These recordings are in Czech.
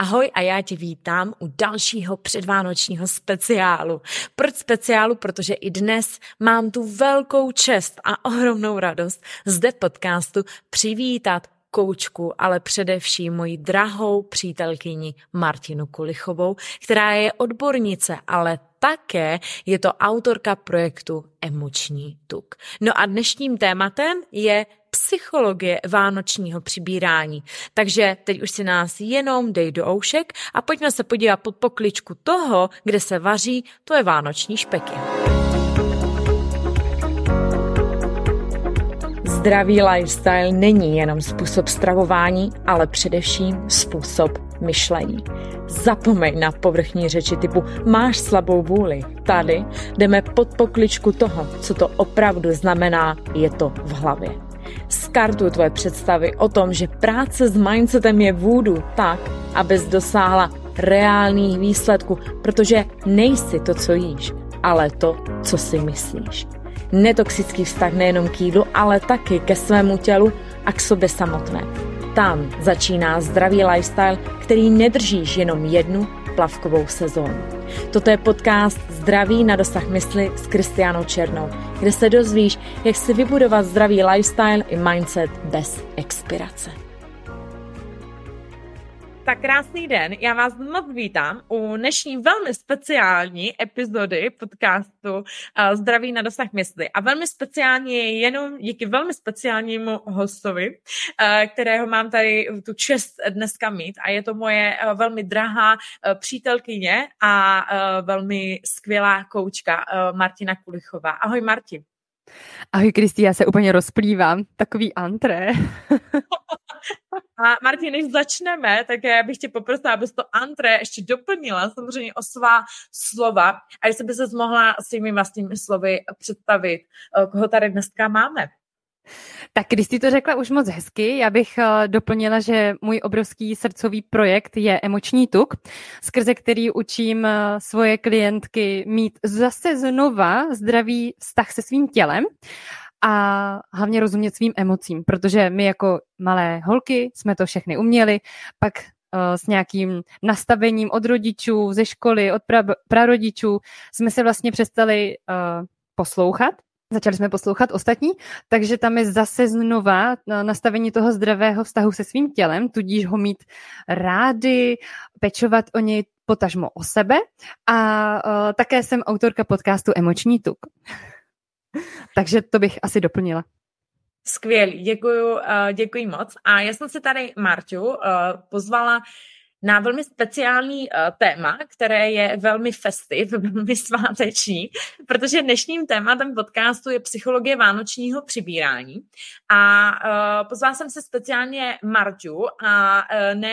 Ahoj a já tě vítám u dalšího předvánočního speciálu. Proč speciálu? Protože i dnes mám tu velkou čest a ohromnou radost zde v podcastu přivítat koučku, ale především moji drahou přítelkyni Martinu Kulichovou, která je odbornice, ale také je to autorka projektu Emoční tuk. No a dnešním tématem je psychologie vánočního přibírání. Takže teď už si nás jenom dej do oušek a pojďme se podívat pod pokličku toho, kde se vaří, to je vánoční špeky. Zdravý lifestyle není jenom způsob stravování, ale především způsob myšlení. Zapomeň na povrchní řeči typu máš slabou vůli. Tady jdeme pod pokličku toho, co to opravdu znamená, je to v hlavě. Skartuj tvoje představy o tom, že práce s mindsetem je vůdu tak, abys dosáhla reálných výsledků, protože nejsi to, co jíš, ale to, co si myslíš. Netoxický vztah nejenom k jídlu, ale taky ke svému tělu a k sobě samotné. Tam začíná zdravý lifestyle, který nedržíš jenom jednu plavkovou sezónu. Toto je podcast Zdraví na dosah mysli s Kristiánou Černou, kde se dozvíš, jak si vybudovat zdravý lifestyle i mindset bez expirace. Tak krásný den, já vás moc vítám u dnešní velmi speciální epizody podcastu Zdraví na dosah mysli. A velmi speciální je jenom díky velmi speciálnímu hostovi, kterého mám tady tu čest dneska mít. A je to moje velmi drahá přítelkyně a velmi skvělá koučka Martina Kulichová. Ahoj Marti. Ahoj Kristi, já se úplně rozplývám. Takový antré. A Martin, než začneme, tak já bych tě poprosila, abys to antré ještě doplnila samozřejmě o svá slova a jestli by ses mohla svými vlastními slovy představit, koho tady dneska máme. Tak když jsi to řekla už moc hezky, já bych doplnila, že můj obrovský srdcový projekt je Emoční tuk, skrze který učím svoje klientky mít zase znova zdravý vztah se svým tělem a hlavně rozumět svým emocím, protože my jako malé holky jsme to všechny uměli, pak s nějakým nastavením od rodičů, ze školy, od prarodičů jsme se vlastně přestali poslouchat. Začali jsme poslouchat ostatní, takže tam je zase znova nastavení toho zdravého vztahu se svým tělem, tudíž ho mít rády, pečovat o něj, potažmo o sebe a také jsem autorka podcastu Emoční tuk. Takže to bych asi doplnila. Skvělý, děkuji moc. A já jsem si tady Marťu pozvala na velmi speciální téma, které je velmi festiv, velmi sváteční, protože dnešním tématem podcastu je psychologie vánočního přibírání. A pozvala jsem se speciálně Marťu a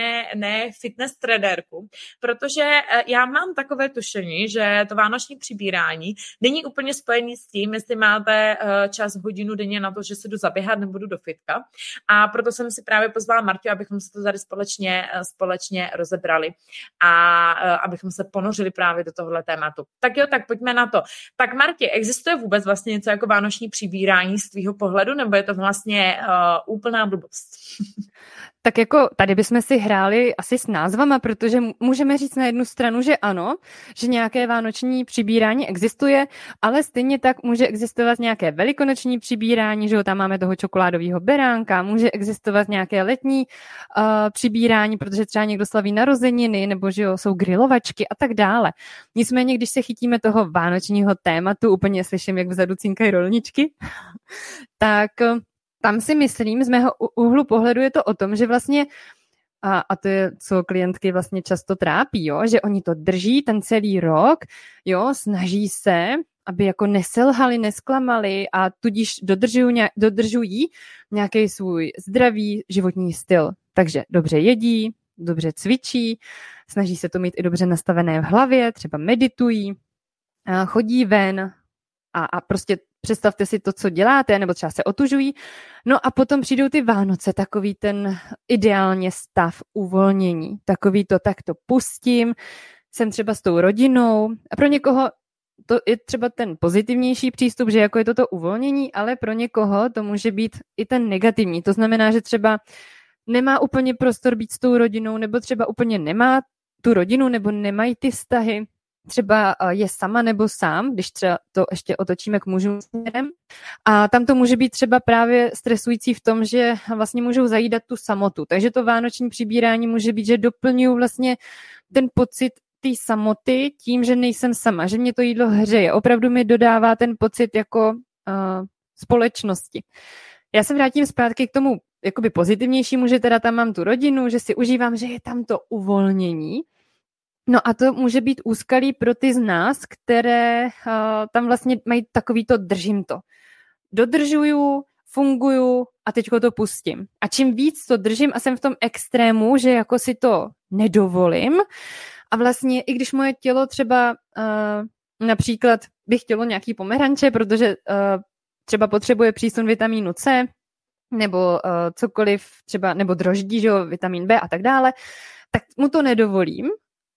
ne fitness trenérku, protože já mám takové tušení, že to vánoční přibírání není úplně spojený s tím, jestli máte čas hodinu denně na to, že se jdu zaběhat nebo jdu do fitka. A proto jsem si právě pozvala Marťu, abychom se to tady společně rozebrali a abychom se ponořili právě do tohohle tématu. Tak jo, tak pojďme na to. Tak Marti, existuje vůbec vlastně něco jako vánoční přibírání z tvýho pohledu, nebo je to vlastně úplná blbost? Tak jako tady bychom si hráli asi s názvama, protože můžeme říct na jednu stranu, že ano, že nějaké vánoční přibírání existuje, ale stejně tak může existovat nějaké velikonoční přibírání, že jo, tam máme toho čokoládového beránka, může existovat nějaké letní přibírání, protože třeba někdo slaví narozeniny, nebo že jo, jsou grilovačky a tak dále. Nicméně, když se chytíme toho vánočního tématu, úplně slyším, jak vzadu cinkají rolničky, tak tam si myslím, z mého úhlu pohledu je to o tom, že vlastně, a to je, co klientky vlastně často trápí, jo, že oni to drží ten celý rok, jo, snaží se, aby jako neselhali, nesklamali a tudíž dodržují nějaký svůj zdravý životní styl. Takže dobře jedí, dobře cvičí, snaží se to mít i dobře nastavené v hlavě, třeba meditují, chodí ven a prostě představte si to, co děláte, nebo třeba se otužují. No a potom přijdou ty Vánoce, takový ten ideálně stav uvolnění. Takový to, tak to pustím, jsem třeba s tou rodinou. A pro někoho to je třeba ten pozitivnější přístup, že jako je toto uvolnění, ale pro někoho to může být i ten negativní. To znamená, že třeba nemá úplně prostor být s tou rodinou, nebo třeba úplně nemá tu rodinu, nebo nemají ty vztahy, třeba je sama nebo sám, když třeba to ještě otočíme k mužům směrem. A tam to může být třeba právě stresující v tom, že vlastně můžou zajídat tu samotu. Takže to vánoční přibírání může být, že doplňuju vlastně ten pocit té samoty tím, že nejsem sama, že mě to jídlo hřeje. Opravdu mi dodává ten pocit jako společnosti. Já se vrátím zpátky k tomu jakoby pozitivnějšímu, že teda tam mám tu rodinu, že si užívám, že je tam to uvolnění. No a to může být úskalí pro ty z nás, které tam vlastně mají takový to držím to. Dodržuju, funguju a teďko to pustím. A čím víc to držím a jsem v tom extrému, že jako si to nedovolím a vlastně i když moje tělo třeba například bych chtělo nějaký pomeranče, protože třeba potřebuje přísun vitamínu C nebo cokoliv třeba, nebo droždí, že jo, vitamin B a tak dále, tak mu to nedovolím.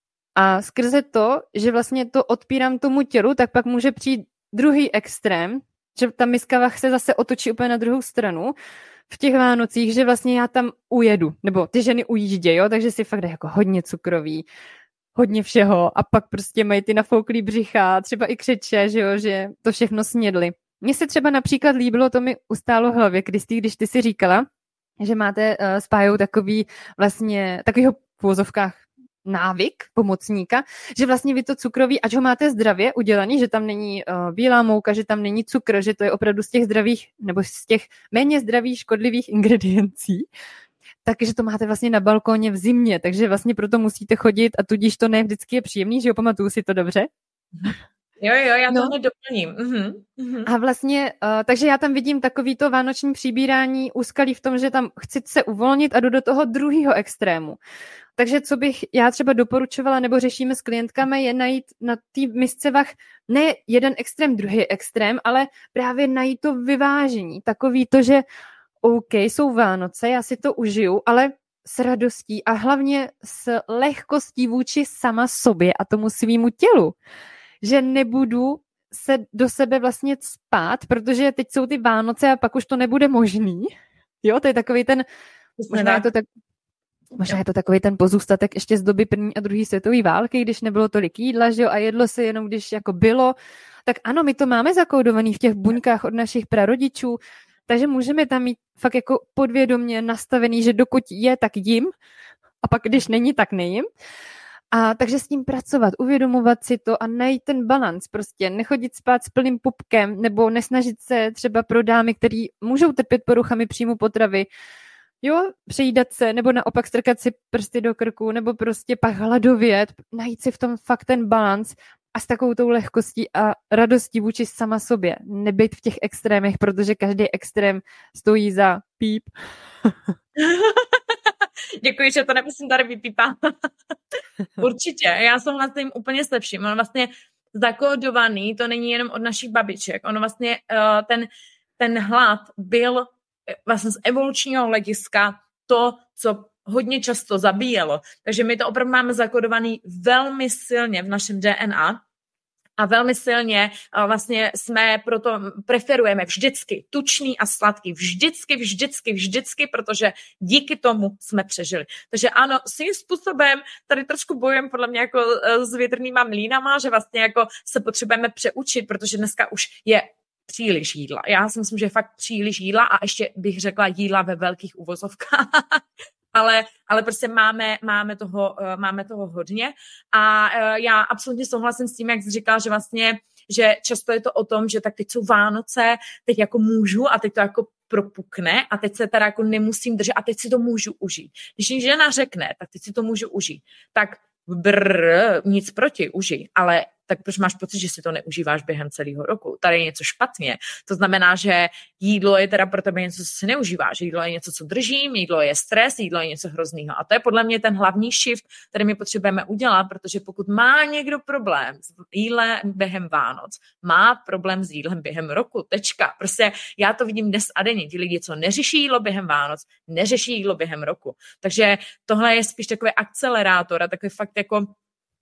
A skrze to, že vlastně to odpírám tomu tělu, tak pak může přijít druhý extrém, že ta miska se zase otočí úplně na druhou stranu v těch Vánocích, že vlastně já tam ujedu, nebo ty ženy ujíždějí, jo, takže si fakt dají jako hodně cukroví, hodně všeho a pak prostě mají ty nafouklý břicha, třeba i křeče, že jo, že to všechno snědli. Mně se třeba například líbilo, to mi ustálo v hlavě, když ty si říkala, že máte s Pájou takový vlastně, takovýho v uvozovkách návyk pomocníka, že vlastně vy to cukroví, ať ho máte zdravě udělaný, že tam není bílá mouka, že tam není cukr, že to je opravdu z těch zdravých, nebo z těch méně zdravých, škodlivých ingrediencí, takže to máte vlastně na balkóně v zimě, takže vlastně proto musíte chodit a tudíž to ne vždycky je příjemný, že jo, pamatuju si to dobře? Jo, já to nedoplním. A vlastně, takže já tam vidím takový to vánoční přibírání úskalí v tom, že tam chci se uvolnit a jdu do toho druhého extrému. Takže co bych já třeba doporučovala, nebo řešíme s klientkami, je najít na té misce vah ne jeden extrém, druhý extrém, ale právě najít to vyvážení. Takový to, že OK, jsou Vánoce, já si to užiju, ale s radostí a hlavně s lehkostí vůči sama sobě a tomu svýmu tělu. Že nebudu se do sebe vlastně cpát, protože teď jsou ty Vánoce a pak už to nebude možný. Jo, to je takový ten, možná je to takový ten pozůstatek ještě z doby první a druhé světové války, když nebylo tolik jídla, že jo, a jedlo se jenom, když jako bylo. Tak ano, my to máme zakódovaný v těch buňkách od našich prarodičů, takže můžeme tam mít fakt jako podvědomě nastavený, že dokud je, tak jim, a pak když není, tak nejím. A takže s tím pracovat, uvědomovat si to a najít ten balans, prostě nechodit spát s plným pupkem nebo nesnažit se třeba pro dámy, který můžou trpět poruchami příjmu potravy, jo, přejídat se nebo naopak strkat si prsty do krku nebo prostě pak hladovět, najít si v tom fakt ten balans a s takovou tou lehkostí a radostí vůči sama sobě. Nebyt v těch extrémech, protože každý extrém stojí za píp. Děkuji, že to nemusím tady vypípat. Určitě, já souhlasím úplně s lepším. On vlastně zakódovaný, to není jenom od našich babiček. Ono vlastně ten hlad byl vlastně z evolučního hlediska to, co hodně často zabíjelo. Takže my to opravdu máme zakódovaný velmi silně v našem DNA a velmi silně vlastně jsme proto preferujeme vždycky tučný a sladký. Vždycky, protože díky tomu jsme přežili. Takže ano, svým způsobem tady trošku bojujeme podle mě jako s větrnýma mlýnama, že vlastně jako se potřebujeme přeučit, protože dneska už je příliš jídla. Já si myslím, že je fakt příliš jídla a ještě bych řekla jídla ve velkých uvozovkách. ale prostě máme toho hodně a já absolutně souhlasím s tím, jak jsi říkal, že vlastně, že často je to o tom, že tak teď jsou Vánoce, teď jako můžu a teď to jako propukne a teď se teda jako nemusím držet a teď si to můžu užít. Když mi žena řekne, tak teď si to můžu užít, tak nic proti, užij, ale tak proč máš pocit, že si to neužíváš během celého roku? Tady je něco špatně. To znamená, že jídlo je teda pro tebe něco, co si neužíváš. Jídlo je něco, co držím, jídlo je stres, jídlo je něco hroznýho. A to je podle mě ten hlavní shift, který my potřebujeme udělat, protože pokud má někdo problém s jídlem během Vánoc, má problém s jídlem během roku, tečka. Prostě já to vidím dnes a denně. Ti lidi, co neřeší jídlo během Vánoc, neřeší jídlo během roku. Takže tohle je spíš takový akcelerátor a takový fakt jako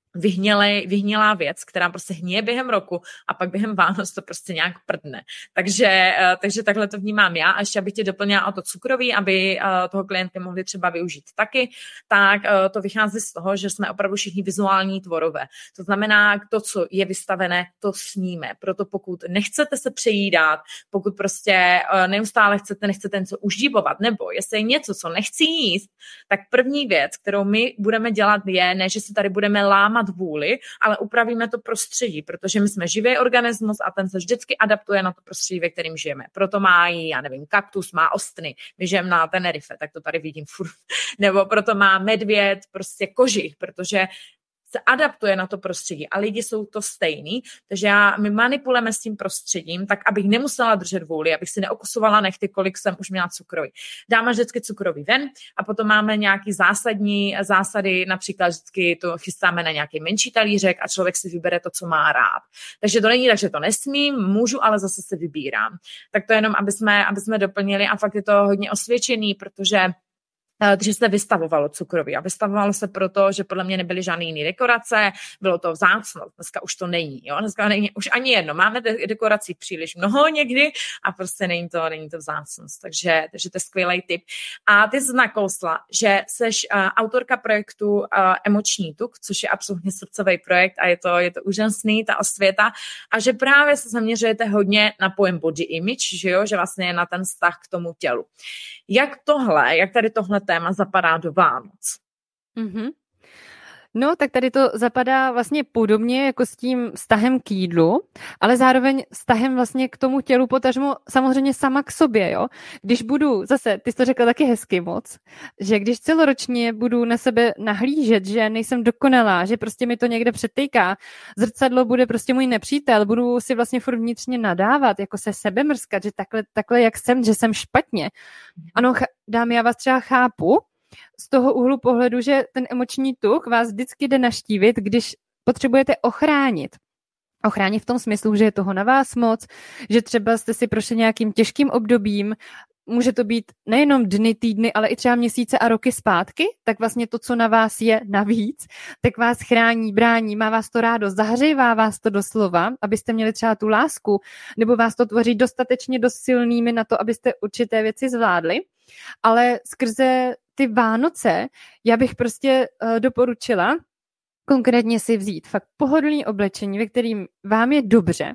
vyhnilá věc, která prostě hníje během roku a pak během Vánoc to prostě nějak prdne. Takže takhle to vnímám já. A ještě abych tě doplnila o to cukroví, aby toho klienty mohli třeba využít taky, tak to vychází z toho, že jsme opravdu všichni vizuální tvorové. To znamená, to, co je vystavené, to sníme. Proto pokud nechcete se přejídat, pokud prostě neustále nechcete něco užívovat, nebo jestli je něco, co nechci jíst, tak první věc, kterou my budeme dělat je, ne, že si tady budeme lámat vůli, ale upravíme to prostředí, protože my jsme živý organismus a ten se vždycky adaptuje na to prostředí, ve kterém žijeme. Proto má, já nevím, kaktus, má ostny, my žijeme na Tenerife, tak to tady vidím furt, nebo proto má medvěd prostě kožich, protože se adaptuje na to prostředí a lidi jsou to stejný, takže my manipulujeme s tím prostředím, tak abych nemusela držet vůli, abych si neokusovala nechty, kolik jsem už měla cukroví. Dáme vždycky cukroví ven a potom máme nějaký zásady, například vždycky to chystáme na nějaký menší talířek a člověk si vybere to, co má rád. Takže to není tak, že to nesmím, můžu, ale zase si vybírám. Tak to jenom, aby jsme doplnili a fakt je to hodně osvědčený, protože dřív se vystavovalo cukroví a vystavovalo se proto, že podle mě nebyly žádné jiné dekorace, bylo to vzácnost, dneska už to není, jo? Dneska není už ani jedno, máme dekorací příliš mnoho někdy a prostě není to vzácnost, takže to je skvělý tip. A ty jsi nakousla, že seš autorka projektu Emoční tuk, což je absolutně srdcový projekt a je to úžasný, ta osvěta a že právě se zaměřujete hodně na pojem body image, že jo, že vlastně je na ten vztah k tomu tělu. Jak tady tohle téma zapadá do Vánoc? Mm-hmm. No, tak tady to zapadá vlastně podobně jako s tím vztahem k jídlu, ale zároveň vztahem vlastně k tomu tělu, potažmo samozřejmě sama k sobě, jo. Když budu, zase, ty jsi to řekla taky hezky moc, že když celoročně budu na sebe nahlížet, že nejsem dokonalá, že prostě mi to někde přetejká, zrcadlo bude prostě můj nepřítel, budu si vlastně furt vnitřně nadávat, jako se sebe mrskat, že takhle jak jsem, že jsem špatně. Ano, dámy, já vás třeba chápu, z toho úhlu pohledu, že ten emoční tuk vás vždycky jde naštívit, když potřebujete ochránit. Ochránit v tom smyslu, že je toho na vás moc, že třeba jste si prošli nějakým těžkým obdobím, může to být nejenom dny, týdny, ale i třeba měsíce a roky zpátky, tak vlastně to, co na vás je navíc, tak vás chrání, brání, má vás to rádo, zahřívá vás to doslova, abyste měli třeba tu lásku, nebo vás to tvoří dostatečně dost silnými na to, abyste určité věci zvládli. Ale skrze ty Vánoce já bych prostě doporučila konkrétně si vzít fakt pohodlný oblečení, ve kterým vám je dobře,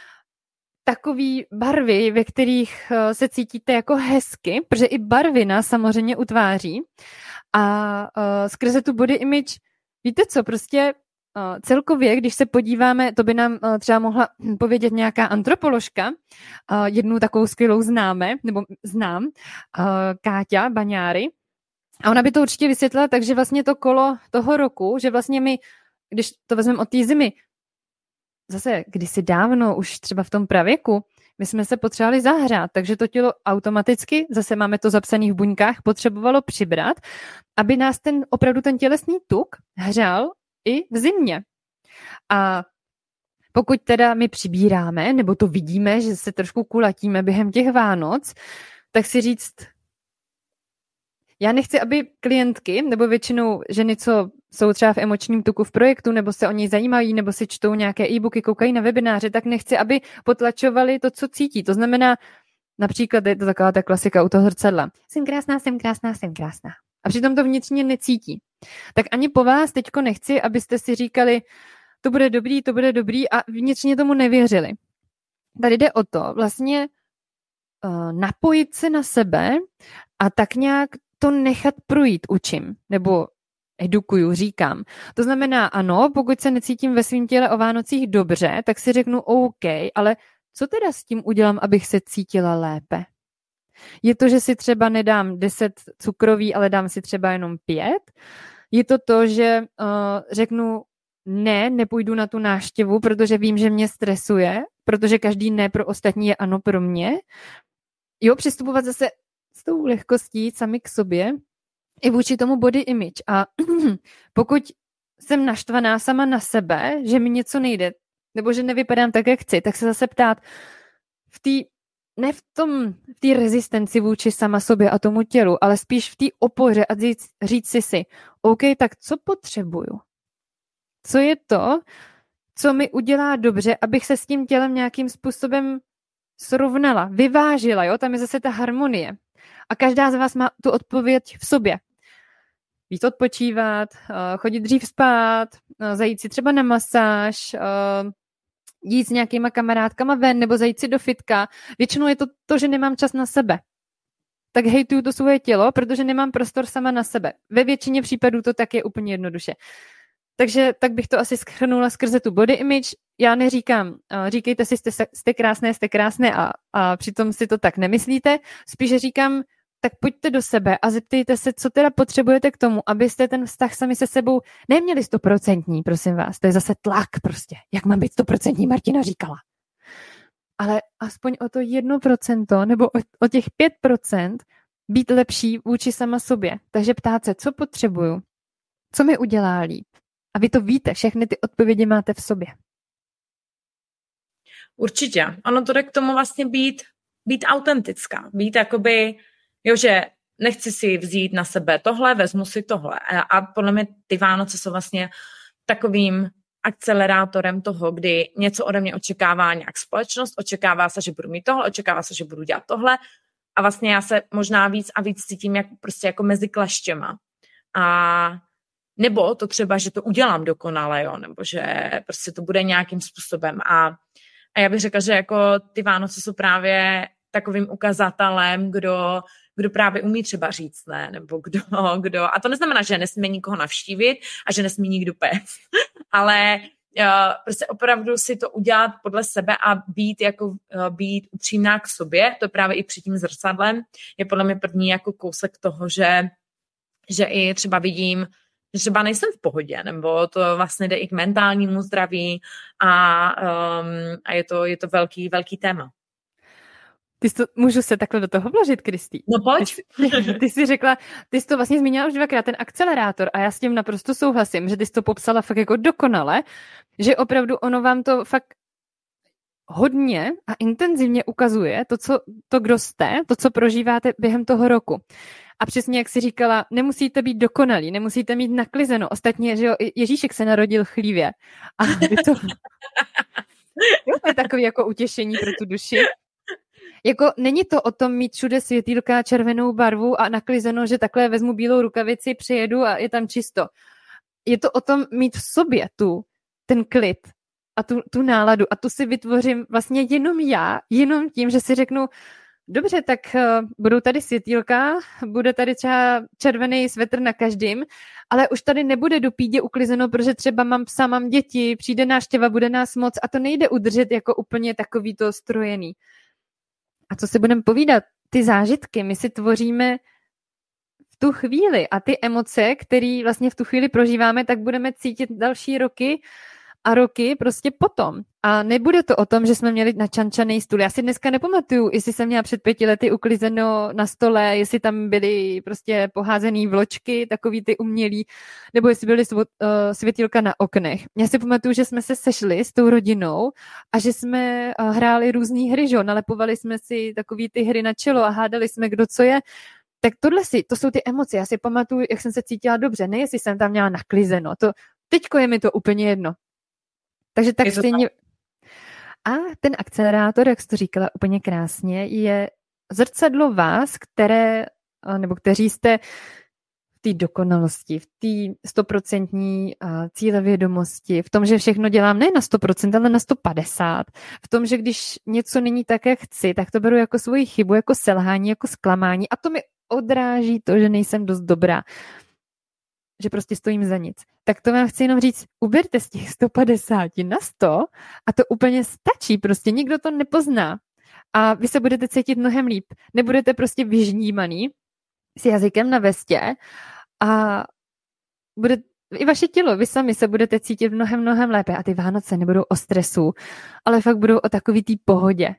takový barvy, ve kterých se cítíte jako hezky, protože i barvy nás samozřejmě utváří a skrze tu body image, víte co, prostě celkově, když se podíváme, to by nám třeba mohla povědět nějaká antropoložka, jednu takovou skvělou znám, Káťa Baňáry, a ona by to určitě vysvětlila, takže vlastně to kolo toho roku, že vlastně my, když to vezmeme od té zimy, zase kdysi dávno, už třeba v tom pravěku, my jsme se potřebovali zahřát, takže to tělo automaticky, zase máme to zapsané v buňkách, potřebovalo přibrat, aby nás opravdu ten tělesný tuk hřál i v zimě. A pokud teda my přibíráme, nebo to vidíme, že se trošku kulatíme během těch Vánoc, tak si říct, já nechci, aby klientky, nebo většinou ženy, co jsou třeba v emočním tuku v projektu, nebo se o něj zajímají, nebo si čtou nějaké e-booky, koukají na webináře, tak nechci, aby potlačovali to, co cítí. To znamená, například je to taková ta klasika u toho zrcadla. Jsem krásná, jsem krásná, jsem krásná. A přitom to vnitřně necítí. Tak ani po vás teďko nechci, abyste si říkali, to bude dobrý a vnitřně tomu nevěřili. Tady jde o to vlastně napojit se na sebe a tak nějak to nechat projít učím, nebo edukuju, říkám. To znamená, ano, pokud se necítím ve svém těle o Vánocích dobře, tak si řeknu OK, ale co teda s tím udělám, abych se cítila lépe? Je to, že si třeba nedám 10 cukroví, ale dám si třeba jenom 5? Je to, že řeknu ne, nepůjdu na tu návštěvu, protože vím, že mě stresuje, protože každý ne pro ostatní je ano pro mě? Jo, přistupovat zase s tou lehkostí sami k sobě i vůči tomu body image. A pokud jsem naštvaná sama na sebe, že mi něco nejde, nebo že nevypadám tak, jak chci, tak se zase ptát v té rezistenci vůči sama sobě a tomu tělu, ale spíš v té opoře a říct si OK, tak co potřebuju? co je to, co mi udělá dobře, abych se s tím tělem nějakým způsobem srovnala, vyvážila, jo? Tam je zase ta harmonie. A každá z vás má tu odpověď v sobě. Víc odpočívat, chodit dřív spát, zajít si třeba na masáž, jít s nějakýma kamarádkama ven nebo zajít si do fitka. Většinou je to, že nemám čas na sebe. Tak hejtuju to svoje tělo, protože nemám prostor sama na sebe. Ve většině případů to tak je úplně jednoduše. Takže tak bych to asi shrnula skrze tu body image. Já neříkám, říkejte si, jste krásné a přitom si to tak nemyslíte. Spíše říkám, tak pojďte do sebe a zeptejte se, co teda potřebujete k tomu, abyste ten vztah sami se sebou neměli 100%, prosím vás. To je zase tlak prostě. Jak mám být 100%, Martina říkala. Ale aspoň o to 1% nebo o těch 5% být lepší vůči sama sobě. Takže ptát se, co potřebuju, co mi udělá líp. A vy to víte, všechny ty odpovědi máte v sobě. Určitě. Ono to jde k tomu vlastně být autentická. Být jakoby, že nechci si vzít na sebe tohle, vezmu si tohle. A podle mě ty Vánoce jsou vlastně takovým akcelerátorem toho, kdy něco ode mě očekává nějak společnost, očekává se, že budu mít tohle, očekává se, že budu dělat tohle a vlastně já se možná víc a víc cítím prostě jako mezi kleštěma. A nebo to třeba, že to udělám dokonale, jo, nebo že prostě to bude nějakým způsobem. A já bych řekla, že jako ty Vánoce jsou právě takovým ukazatelem, kdo právě umí třeba říct ne, nebo kdo. A to neznamená, že nesmí nikoho navštívit a že nesmí nikdo péct. Ale prostě opravdu si to udělat podle sebe a být upřímná k sobě, to je právě i před tím zrcadlem, je podle mě první jako kousek toho, že i třeba vidím, že třeba nejsem v pohodě, nebo to vlastně jde i k mentálnímu zdraví a je to velký téma. Můžu se takhle do toho vložit, Kristý? No pojď. Ty jsi řekla, ty jsi to vlastně zmínila už 2krát, ten akcelerátor, a já s tím naprosto souhlasím, že ty jsi to popsala fakt jako dokonale, že opravdu ono vám to fakt hodně a intenzivně ukazuje to, kdo jste, to, co prožíváte během toho roku. A přesně jak jsi říkala, nemusíte být dokonalí, nemusíte mít naklizeno. Ostatně, že jo, Ježíšek se narodil chlívě. A to je takový jako utěšení pro tu duši. Jako není to o tom mít všude světýlka, červenou barvu a naklizeno, že takhle vezmu bílou rukavici, přijedu a je tam čisto. Je to o tom mít v sobě ten klid a tu náladu a tu si vytvořím vlastně jenom tím, že si řeknu, dobře, tak budou tady světýlka, bude tady třeba červený svetr na každým, ale už tady nebude do pídě uklizeno, protože třeba mám psa, mám děti, přijde návštěva, bude nás moc a to nejde udržet jako úplně takový to strojený. A co si budeme povídat? Ty zážitky my si tvoříme v tu chvíli a ty emoce, které vlastně v tu chvíli prožíváme, tak budeme cítit další roky a roky prostě potom. A nebude to o tom, že jsme měli načančaný stůl. Já si dneska nepamatuju, jestli jsem měla před 5 lety uklizeno na stole, jestli tam byly prostě poházený vločky, takový ty umělý, nebo jestli byly světýlka na oknech. Já si pamatuju, že jsme se sešli s tou rodinou a že jsme hráli různý hry, že? Nalepovali jsme si takový ty hry na čelo a hádali jsme, kdo co je. Tak to jsou ty emoce. Já si pamatuju, jak jsem se cítila dobře, ne jestli jsem tam měla naklizeno. Teďko je mi to úplně jedno. Takže tak stejně. A ten akcelerátor, jak jsi to říkala úplně krásně, je zrcadlo vás, kteří jste v té dokonalosti, v té 100% cílevědomosti, v tom, že všechno dělám ne na 100%, ale na 150%. V tom, že když něco není tak, jak chci, tak to beru jako svoji chybu, jako selhání, jako zklamání a to mi odráží to, že nejsem dost dobrá. Že prostě stojím za nic. Tak to vám chci jenom říct, uberte z těch 150 na 100 a to úplně stačí, prostě nikdo to nepozná. A vy se budete cítit mnohem líp. Nebudete prostě vyžnímaný s jazykem na vestě a i vaše tělo, vy sami se budete cítit mnohem lépe a ty Vánoce nebudou o stresu, ale fakt budou o takový té pohodě.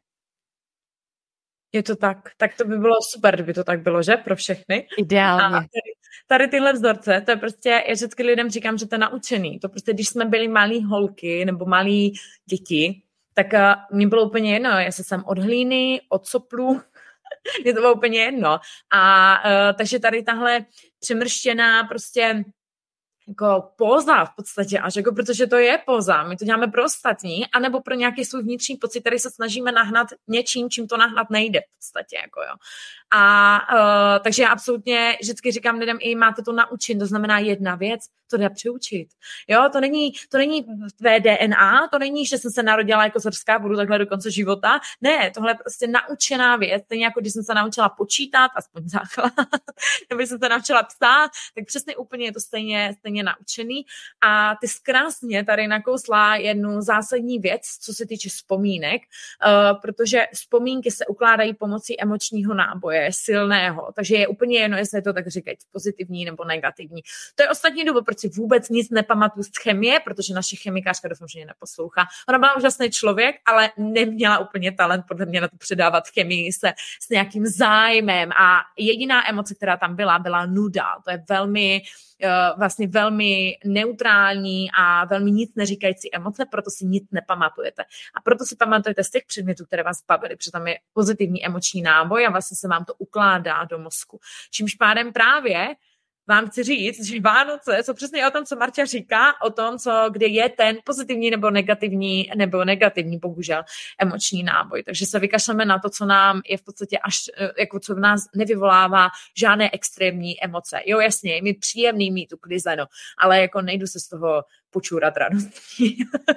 Je to tak. Tak to by bylo super, kdyby to tak bylo, že? Pro všechny. Ideálně. A tady tyhle vzorce, to je prostě, já vždycky lidem říkám, že to je naučený. To prostě, když jsme byli malí holky nebo malí děti, tak mě bylo úplně jedno, jestli jsem od hlíny, od soplu, mě to bylo úplně jedno. A takže tady tahle přemrštěná prostě jako póza v podstatě, až jako protože to je póza, my to děláme pro ostatní, anebo pro nějaký svůj vnitřní pocit, který se snažíme nahnat něčím, čím to nahnat nejde v podstatě, jako jo. Takže já absolutně vždycky říkám lidem, i máte to naučit, to znamená jedna věc, to jde přiučit. Jo, to není tvé DNA, to není, že jsem se narodila jako Srbská, budu takhle do konce života. Ne, tohle je prostě naučená věc, stejně jako když jsem se naučila počítat, aspoň základ, nebo když jsem se naučila psát, tak přesně úplně je to stejně naučený. A ty krásně tady nakousla jednu zásadní věc, co se týče vzpomínek, protože vzpomínky se ukládají pomocí emočního náboje, silného, takže je úplně jedno, jestli je to tak říkají pozitivní nebo negativní. To je ostatní důvod, proč si vůbec nic nepamatuju z chemie, protože naše chemikářka, doufám, že mě neposlouchá. Ona byla úžasný člověk, ale neměla úplně talent podle mě na to předávat chemii se s nějakým zájmem a jediná emoce, která tam byla nuda. To je vlastně velmi neutrální a velmi nic neříkající emoce, proto si nic nepamatujete. A proto si pamatujete z těch předmětů, které vás bavily, protože tam je pozitivní emoční náboj a vlastně se vám to ukládá do mozku. Čímž pádem právě vám chci říct, že Vánoce jsou přesně o tom, co Marta říká, o tom, kde je ten pozitivní nebo negativní, bohužel, emoční náboj. Takže se vykašleme na to, co nám je v podstatě jako co v nás nevyvolává žádné extrémní emoce. Jo, jasně, je mi příjemný mít uklizeno, ale jako nejdu se z toho počůrat radostí.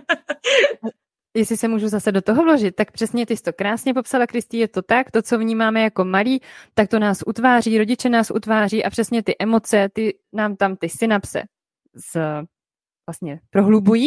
Jestli se můžu zase do toho vložit, tak přesně ty jsi to krásně popsala, Kristý, je to tak, to, co vnímáme jako malí, tak to nás utváří, rodiče nás utváří a přesně ty emoce, nám tam ty synapse vlastně prohlubují.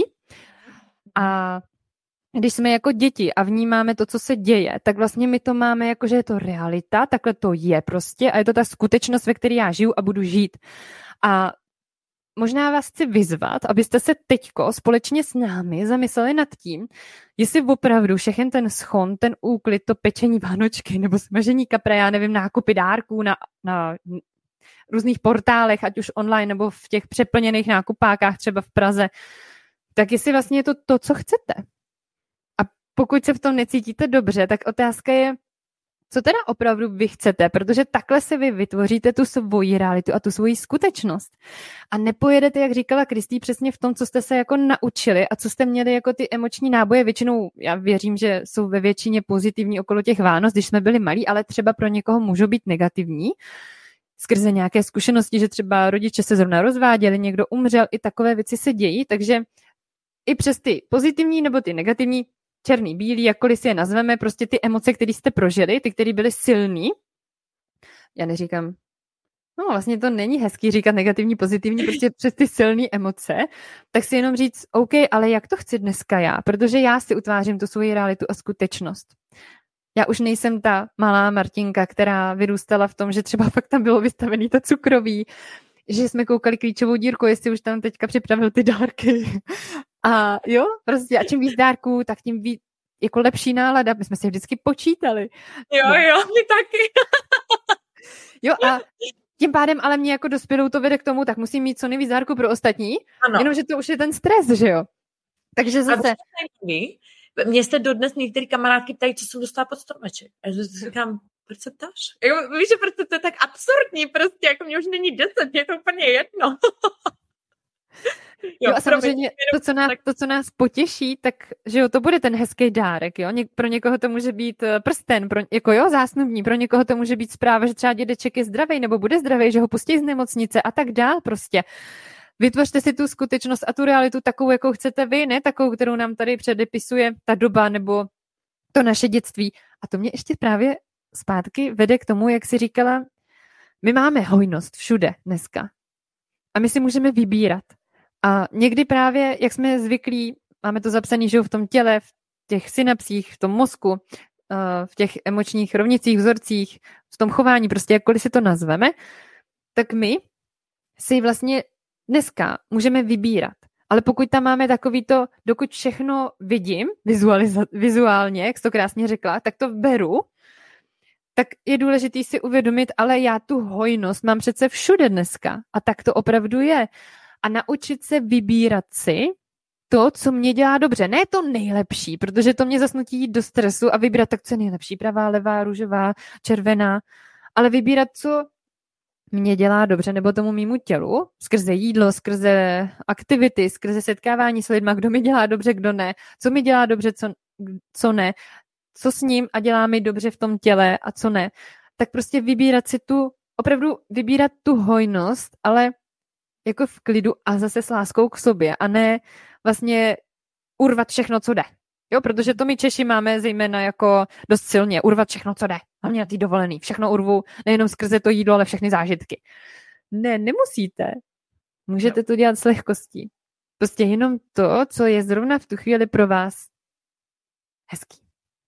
A když jsme jako děti a vnímáme to, co se děje, tak vlastně my to máme jako, že je to realita, takhle to je prostě a je to ta skutečnost, ve které já žiju a budu žít. A možná vás chci vyzvat, abyste se teďko společně s námi zamysleli nad tím, jestli opravdu všechen ten schon, ten úklid, to pečení vánočky nebo smažení kapra, já nevím, nákupy dárků na různých portálech, ať už online nebo v těch přeplněných nákupákách třeba v Praze, tak jestli vlastně je to, co chcete. A pokud se v tom necítíte dobře, tak otázka je, co teda opravdu vy chcete, protože takhle si vy vytvoříte tu svoji realitu a tu svoji skutečnost. A nepojedete, jak říkala Kristý, přesně v tom, co jste se jako naučili a co jste měli jako ty emoční náboje. Většinou, já věřím, že jsou ve většině pozitivní okolo těch Vánoc, když jsme byli malí, ale třeba pro někoho můžou být negativní. Skrze nějaké zkušenosti, že třeba rodiče se zrovna rozváděli, někdo umřel, i takové věci se dějí, takže i přes ty pozitivní nebo ty negativní, černý, bílý, jakkoliv si je nazveme, prostě ty emoce, které jste prožili, ty, které byly silný. Já neříkám, vlastně to není hezký říkat negativní, pozitivní, prostě přes ty silné emoce, tak si jenom říct, OK, ale jak to chci dneska já? Protože já si utvářím tu svoji realitu a skutečnost. Já už nejsem ta malá Martinka, která vyrůstala v tom, že třeba fakt tam bylo vystavený to cukroví, že jsme koukali klíčovou dírku, jestli už tam teďka připravil ty dárky. A jo, prostě a čím víc dárků, tak tím víc jako lepší nálada. My jsme si vždycky počítali. Jo, my taky. Jo a tím pádem ale mě jako dospělou to vede k tomu, tak musím mít co nejvíc dárků pro ostatní, jenomže to už je ten stres, že jo. Takže zase... Mně jste dodnes některé kamarádky ptají, co jsem dostala pod stromeček. A já si říkám, proč se ptáš? Víš, že prostě to je tak absurdní, prostě jako mě už není 10, mě je to úplně jedno. Jo, a samozřejmě to, co nás potěší, tak že jo, to bude ten hezký dárek, jo. Pro někoho to může být prsten, zásnubní, pro někoho to může být zpráva, že třeba dědeček je zdravý nebo bude zdravý, že ho pustí z nemocnice a tak dál prostě. Vytvořte si tu skutečnost a tu realitu takovou, jakou chcete vy, ne takovou, kterou nám tady předepisuje ta doba nebo to naše dětství. A to mě ještě právě zpátky vede k tomu, jak jsi říkala, my máme hojnost všude dneska. A my si můžeme vybírat. A někdy právě, jak jsme zvyklí, máme to zapsané, že v tom těle, v těch synapsích, v tom mozku, v těch emočních rovnicích, vzorcích, v tom chování, prostě jakkoliv si to nazveme, tak my si vlastně dneska můžeme vybírat. Ale pokud tam máme takový to, dokud všechno vidím vizuálně, jak jsi to krásně řekla, tak to beru, tak je důležité si uvědomit, ale já tu hojnost mám přece všude dneska. A tak to opravdu je. A naučit se vybírat si to, co mě dělá dobře. Ne to nejlepší, protože to mě zase nutí jít do stresu a vybírat tak, co je nejlepší. Pravá, levá, růžová, červená. Ale vybírat, co mě dělá dobře, nebo tomu mýmu tělu, skrze jídlo, skrze aktivity, skrze setkávání s lidma, kdo mi dělá dobře, kdo ne, co mi dělá dobře, co ne, co s ním a dělá mi dobře v tom těle a co ne, tak prostě opravdu vybírat tu hojnost, ale jako v klidu a zase s láskou k sobě a ne vlastně urvat všechno, co jde. Jo, protože to my Češi máme zejména jako dost silně, urvat všechno, co jde. Hlavně na tý dovolený. Všechno urvu, nejenom skrze to jídlo, ale všechny zážitky. Ne, nemusíte. Můžete to dělat s lehkostí. Prostě jenom to, co je zrovna v tu chvíli pro vás hezký.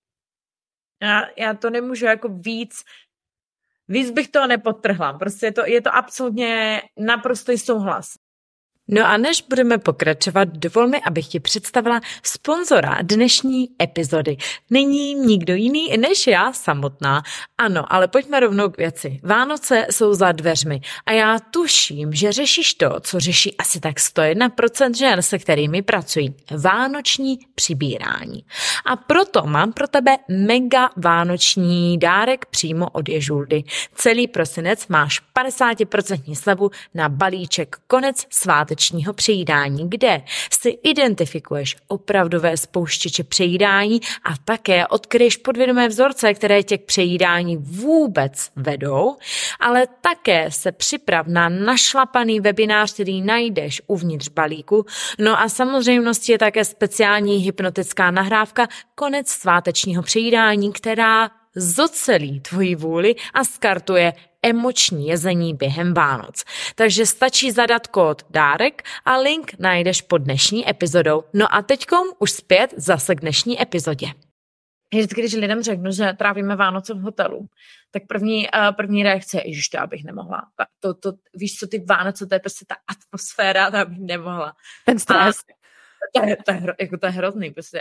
Já to nemůžu jako víc bych toho nepodtrhla. Prostě je to absolutně naprostý souhlas. No a než budeme pokračovat, dovol mi, abych ti představila sponzora dnešní epizody. Není nikdo jiný než já samotná. Ano, ale pojďme rovnou k věci. Vánoce jsou za dveřmi a já tuším, že řešíš to, co řeší asi tak 101% žen, se kterými pracují. Vánoční přibírání. A proto mám pro tebe mega vánoční dárek přímo od Ježuldy. Celý prosinec máš 50% slevu na balíček Konec svátečního přejídání, kde si identifikuješ opravdové spouštěče přejídání a také odkryješ podvědomé vzorce, které tě k přejídání vůbec vedou, ale také se připrav na našlapaný webinář, který najdeš uvnitř balíku. No a samozřejmostí je také speciální hypnotická nahrávka Konec svátečního přejídání, která zocelí tvoji vůli a skartuje emoční jezení během Vánoc. Takže stačí zadat kód dárek a link najdeš pod dnešní epizodou. No a teďkom už zpět zase k dnešní epizodě. Vždycky, když lidem řeknu, že trávíme Vánoce v hotelu, tak první reakce je, že to abych nemohla. Víš co, ty Vánoce, to je prostě ta atmosféra, to abych nemohla. Ten stres. To je hrozný prostě.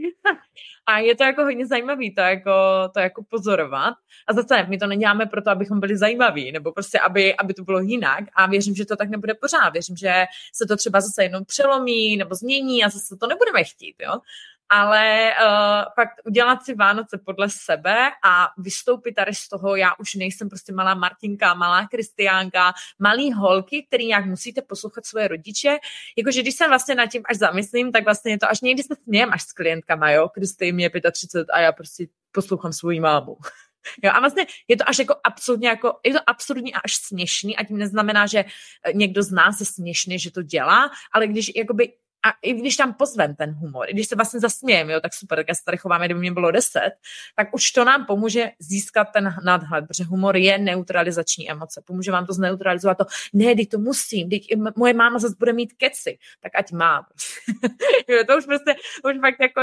A je to jako hodně zajímavý to jako pozorovat. A zase my to neděláme proto, abychom byli zajímaví, nebo prostě, aby to bylo jinak. A věřím, že to tak nebude pořád. Věřím, že se to třeba zase jenom přelomí nebo změní a zase to nebudeme chtít, jo. Ale pak udělat si Vánoce podle sebe a vystoupit tady z toho, já už nejsem prostě malá Martinka, malá Kristiánka, malý holky, který nějak musíte poslouchat svoje rodiče. Jakože když se vlastně nad tím až zamyslím, tak vlastně je to až někdy se smějem až s klientkama, jo, Kristi, mě 35 a já prostě poslouchám svoji mámu. Jo, a vlastně je to až jako absolutně je to absurdní a až směšný a tím neznamená, že někdo z nás je směšný, že to dělá, ale když jakoby a i když tam pozvem ten humor, i když se vlastně zasmějeme, jo, tak super, tak já se tady chováme, kdyby mě bylo 10, tak už to nám pomůže získat ten nadhled, protože humor je neutralizační emoce. Pomůže vám to zneutralizovat to, ne, teď to musím, teď moje máma zase bude mít keci, tak ať má. Jo, to už prostě, už fakt jako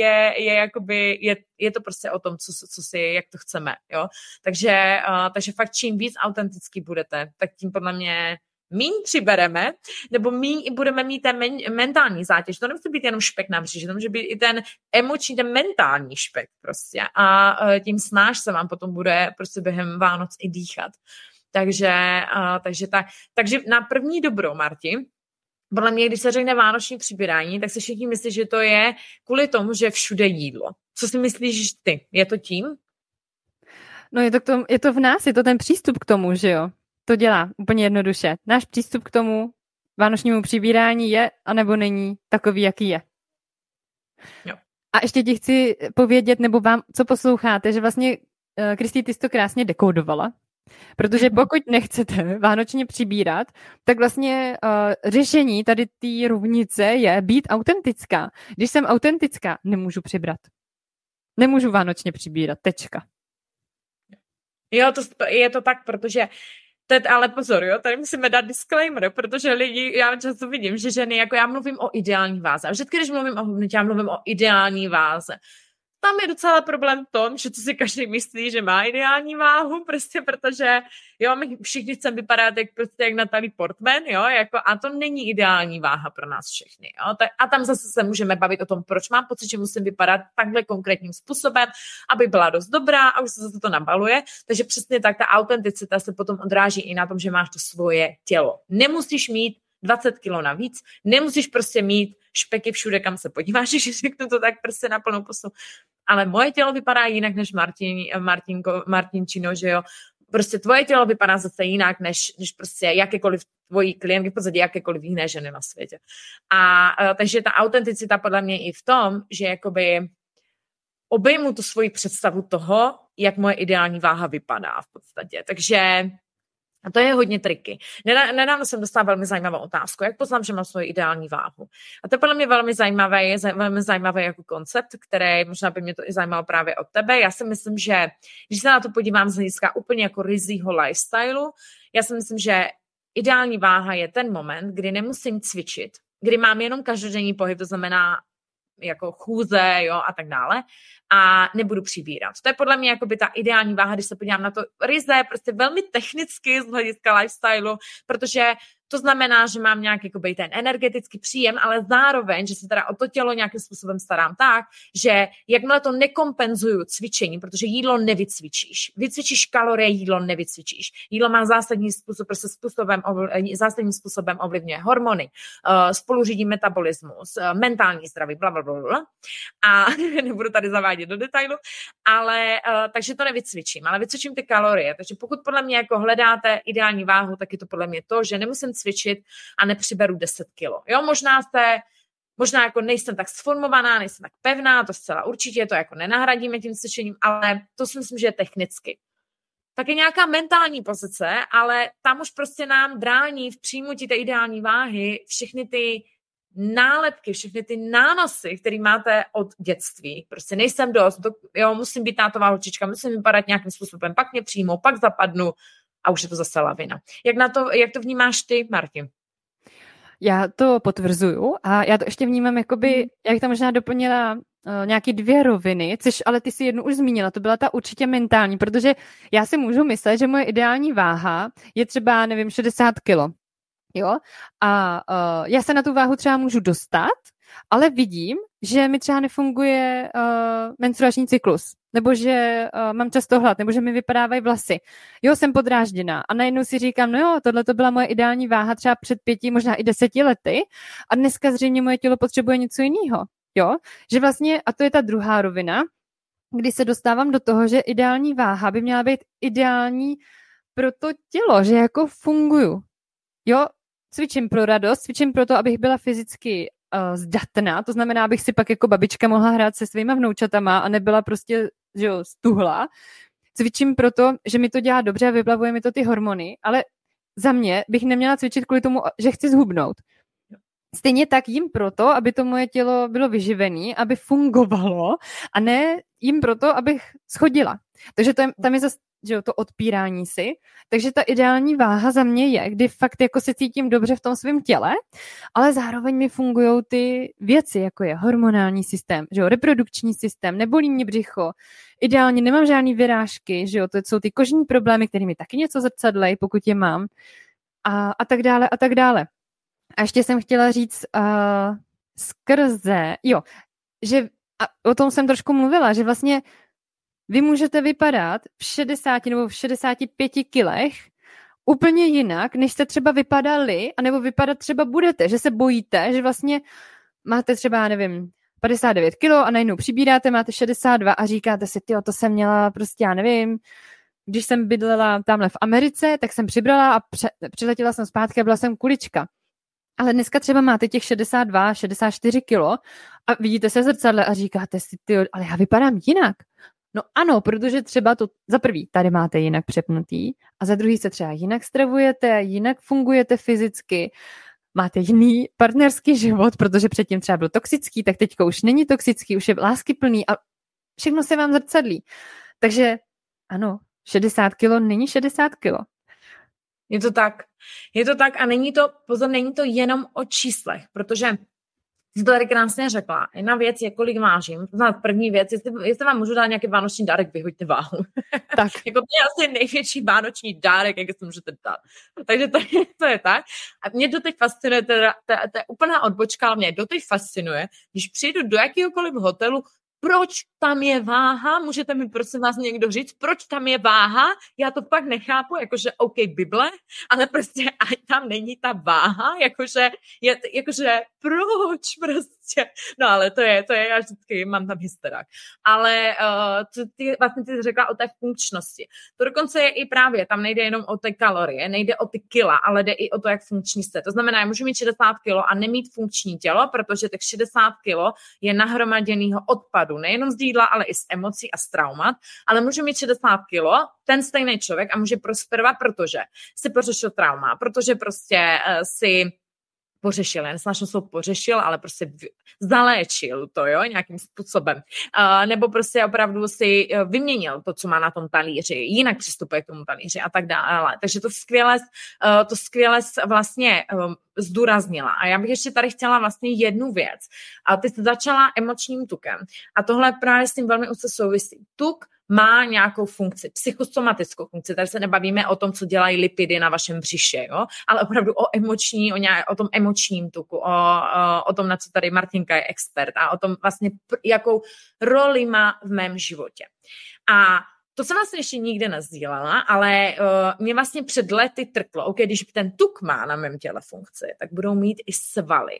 je to prostě o tom, co si, jak to chceme, jo. Takže fakt čím víc autentický budete, tak tím podle mě míň přibereme, nebo míň i budeme mít ten mentální zátěž. To nemusí být jenom špek na břiše, to může být i ten emoční, ten mentální špek prostě. A tím snáš se vám potom bude prostě během Vánoc i dýchat. Takže na první dobrou, Marti, podle mě, když se řekne vánoční přibírání, tak se všichni myslí, že to je kvůli tomu, že všude jídlo. Co si myslíš ty? Je to tím? No je to v nás, je to ten přístup k tomu, že jo? To dělá úplně jednoduše. Náš přístup k tomu vánočnímu přibírání je, anebo není takový, jaký je. Jo. A ještě ti chci povědět, nebo vám, co posloucháte, že vlastně, Kristý, ty jsi to krásně dekódovala, protože pokud nechcete vánočně přibírat, tak vlastně řešení tady té rovnice je být autentická. Když jsem autentická, nemůžu přibrat. Nemůžu vánočně přibírat, tečka. Jo, je to tak, protože ale pozor, jo, tady musíme dát disclaimer, protože lidi, já často vidím, že ženy, jako já mluvím o ideální váze. A vždycky, když mluvím o hubnutí, já mluvím o ideální váze. Tam je docela problém v tom, že to si každý myslí, že má ideální váhu, prostě protože, jo, my všichni chceme vypadat jak Natalie Portman, jo, jako, a to není ideální váha pro nás všechny, jo, a tam zase se můžeme bavit o tom, proč mám pocit, že musím vypadat takhle konkrétním způsobem, aby byla dost dobrá a už se zase to nabaluje, takže přesně tak ta autenticita se potom odráží i na tom, že máš to svoje tělo. Nemusíš mít 20 kilo navíc, nemusíš prostě mít špeky všude, kam se podíváš, když řeknu to tak prostě na plnou pusu. Ale moje tělo vypadá jinak než Martinčino, že jo. prostě tvoje tělo vypadá zase jinak, než prostě jakékoliv tvojí klientky, v podstatě jakékoliv jiné ženy na světě. A takže ta autenticita podle mě i v tom, že jakoby obejmu tu svoji představu toho, jak moje ideální váha vypadá v podstatě. Takže a to je hodně triky. Nedávno jsem dostala velmi zajímavou otázku. Jak poznám, že mám svoji ideální váhu? A to je podle mě velmi zajímavé jako koncept, který možná by mě to i zajímalo právě od tebe. Já si myslím, že když se na to podívám z hlediska úplně jako ryzího lifestylu, já si myslím, že ideální váha je ten moment, kdy nemusím cvičit, kdy mám jenom každodenní pohyb, to znamená jako chůze, jo, a tak dále, a nebudu přibírat. To je podle mě jakoby ta ideální váha, když se podívám na to ryze, prostě velmi technicky z hlediska lifestylu, protože to znamená, že mám nějaký jakoby ten energetický příjem, ale zároveň, že se teda o to tělo nějakým způsobem starám tak, že jakmile to nekompenzuju cvičení, protože jídlo nevycvičíš. Vycvičíš kalorie, jídlo nevycvičíš. Jídlo má zásadním způsobem ovlivňuje hormony, spoluřídí metabolismus, mentální zdraví, blablabla. A nebudu tady zavádět do detailu, ale takže to nevycvičím, ale vycvičím ty kalorie. Takže pokud podle mě jako hledáte ideální váhu, tak je to podle mě to, že nemusím cvičit a nepřiberu 10 kilo. Jo, možná jako nejsem tak sformovaná, nejsem tak pevná, to zcela určitě, to jako nenahradíme tím cvičením, ale to si myslím, že je technicky. Tak je nějaká mentální pozice, ale tam už prostě nám brání v přijmutí té ideální váhy všechny ty nálepky, všechny ty nánosy, které máte od dětství. Prostě nejsem dost, jo, musím být tátová holčička, musím vypadat nějakým způsobem, pak mě přijmou, pak zapadnu a už je to zase lavina. Jak to vnímáš ty, Martin? Já to potvrzuju a já to ještě vnímám jakoby, jak tam možná doplnila nějaký 2 roviny, což ale ty si jednu už zmínila, to byla ta určitě mentální, protože já si můžu myslet, že moje ideální váha je třeba, nevím, 60 kilo. Jo? A já se na tu váhu třeba můžu dostat, ale vidím, že mi třeba nefunguje menstruační cyklus, nebo že mám často hlad, nebo že mi vypadávají vlasy. Jo, jsem podrážděná a najednou si říkám, no jo, tohle to byla moje ideální váha třeba před 5, možná i 10 lety a dneska zřejmě moje tělo potřebuje něco jiného. Jo, že vlastně, a to je ta druhá rovina, kdy se dostávám do toho, že ideální váha by měla být ideální pro to tělo, že jako funguju. Jo, cvičím pro radost, cvičím pro to, abych byla fyzicky zdatná, to znamená, abych si pak jako babička mohla hrát se svýma vnoučatama a nebyla prostě, že jo, stuhla. Cvičím proto, že mi to dělá dobře a vyplavuje mi to ty hormony, ale za mě bych neměla cvičit kvůli tomu, že chci zhubnout. Stejně tak jim proto, aby to moje tělo bylo vyživené, aby fungovalo a ne jim proto, abych schodila. Takže tam je zase, že jo, to odpírání si. Takže ta ideální váha za mě je, kdy fakt jako se cítím dobře v tom svém těle, ale zároveň mi fungují ty věci, jako je hormonální systém, že jo, reprodukční systém, nebolí mě břicho, ideálně nemám žádný vyrážky, že jo, to jsou ty kožní problémy, které mi taky něco zrcadlej, pokud je mám, a tak dále, a tak dále. A ještě jsem chtěla říct že o tom jsem trošku mluvila, že vlastně vy můžete vypadat v 60 nebo v 65 kilech úplně jinak, než jste třeba vypadali, anebo vypadat třeba budete, že se bojíte, že vlastně máte třeba, nevím, 59 kilo a najednou přibíráte, máte 62 a říkáte si, tyjo, to jsem měla prostě, já nevím, když jsem bydlela tamhle v Americe, tak jsem přibrala a přiletěla jsem zpátky a byla jsem kulička. Ale dneska třeba máte těch 62, 64 kilo a vidíte se v zrcadle a říkáte si, tyjo, ale já vypadám jinak. No ano, protože třeba to za prvý tady máte jinak přepnutý a za druhý se třeba jinak stravujete, jinak fungujete fyzicky, máte jiný partnerský život, protože předtím třeba byl toxický, tak teďka už není toxický, už je láskyplný a všechno se vám zrcadlí. Takže ano, 60 kilo není 60 kilo. Je to tak a není to jenom o číslech, protože jsi to tady krásně řekla. Jedna věc je, kolik vážím. První věc, jestli vám můžu dát nějaký vánoční dárek, vyhoďte váhu. Tak. Jako to je asi největší vánoční dárek, jak si můžete dát. Takže to je tak. A mě doteď fascinuje, to je úplná odbočka, ale mě doteď fascinuje, když přijdu do jakéhokoliv hotelu, proč tam je váha? Můžete mi prosím vás někdo říct, proč tam je váha? Já to pak nechápu, jakože OK, Bible, ale prostě ať tam není ta váha, jakože proč prostě? No ale to je, já vždycky mám tam hysterák. Ale co ty vlastně ty řekla o té funkčnosti. To dokonce je i právě, tam nejde jenom o ty kalorie, nejde o ty kila, ale jde i o to, jak funkční jste. To znamená, já můžu mít 60 kilo a nemít funkční tělo, protože těch 60 kilo je nahromaděnýho odpadu, nejenom z jídla, ale i z emocí a z traumat, ale můžu mít 60 kilo, ten stejný člověk a může prosperovat, protože si pořešil trauma, protože prostě si pořešil, já nesnáším slovo pořešil, ale prostě zaléčil to, jo, nějakým způsobem. Nebo prostě opravdu si vyměnil to, co má na tom talíři, jinak přistupuje k tomu talíři a tak dále. Takže to skvěle vlastně zdůraznila. A já bych ještě tady chtěla vlastně jednu věc. A ty jsi začala emočním tukem. A tohle právě s tím velmi úzce souvisí. Tuk má nějakou funkci, psychosomatickou funkci, tady se nebavíme o tom, co dělají lipidy na vašem břiše, jo? Ale opravdu o tom emočním tuku, o tom, na co tady Martinka je expert a o tom vlastně, jakou roli má v mém životě. A to jsem vlastně ještě nikde nesdílela, ale mě vlastně před lety trklo, když ten tuk má na mém těle funkci, tak budou mít i svaly.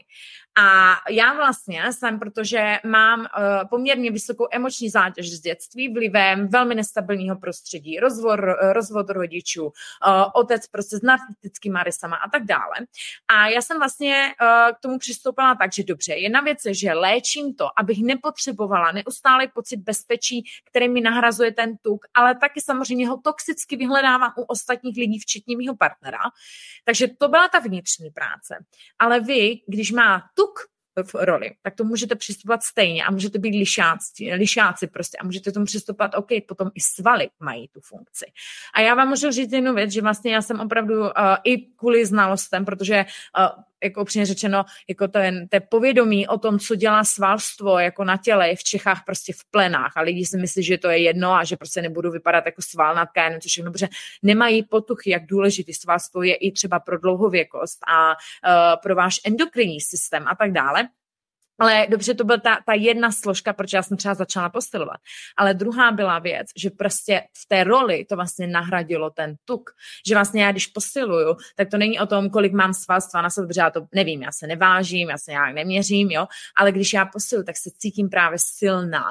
A já vlastně jsem, protože mám poměrně vysokou emoční zátěž z dětství vlivem velmi nestabilního prostředí, rozvod rodičů, otec prostě s narcistickými rysama a tak dále. A já jsem vlastně k tomu přistoupila tak, že dobře, jedna věc je, že léčím to, abych nepotřebovala neustálý pocit bezpečí, který mi nahrazuje ten tuk, ale taky samozřejmě ho toxicky vyhledávám u ostatních lidí, včetně mého partnera. Takže to byla ta vnitřní práce. Ale vy, když má tuk v roli, tak to můžete přistupovat stejně a můžete být lišáci prostě a můžete tomu přistupovat, potom i svaly mají tu funkci. A já vám můžu říct jednu věc, že vlastně já jsem opravdu i kvůli znalostem, protože jako upřímně řečeno, jako to povědomí o tom, co dělá svalstvo jako na těle, je v Čechách prostě v plenách a lidi si myslí, že to je jedno a že prostě nebudu vypadat jako svalnatka, jenom co všechno, protože nemají potuchy, jak důležitý svalstvo je i třeba pro dlouhověkost a pro váš endokrinní systém a tak dále. Ale dobře, to byla ta jedna složka, protože já jsem třeba začala posilovat. Ale druhá byla věc, že prostě v té roli to vlastně nahradilo ten tuk. Že vlastně já, když posiluju, tak to není o tom, kolik mám svalstva na sobě, protože já to nevím, já se nevážím, já se nějak neměřím, jo. Ale když já posiluju, tak se cítím právě silná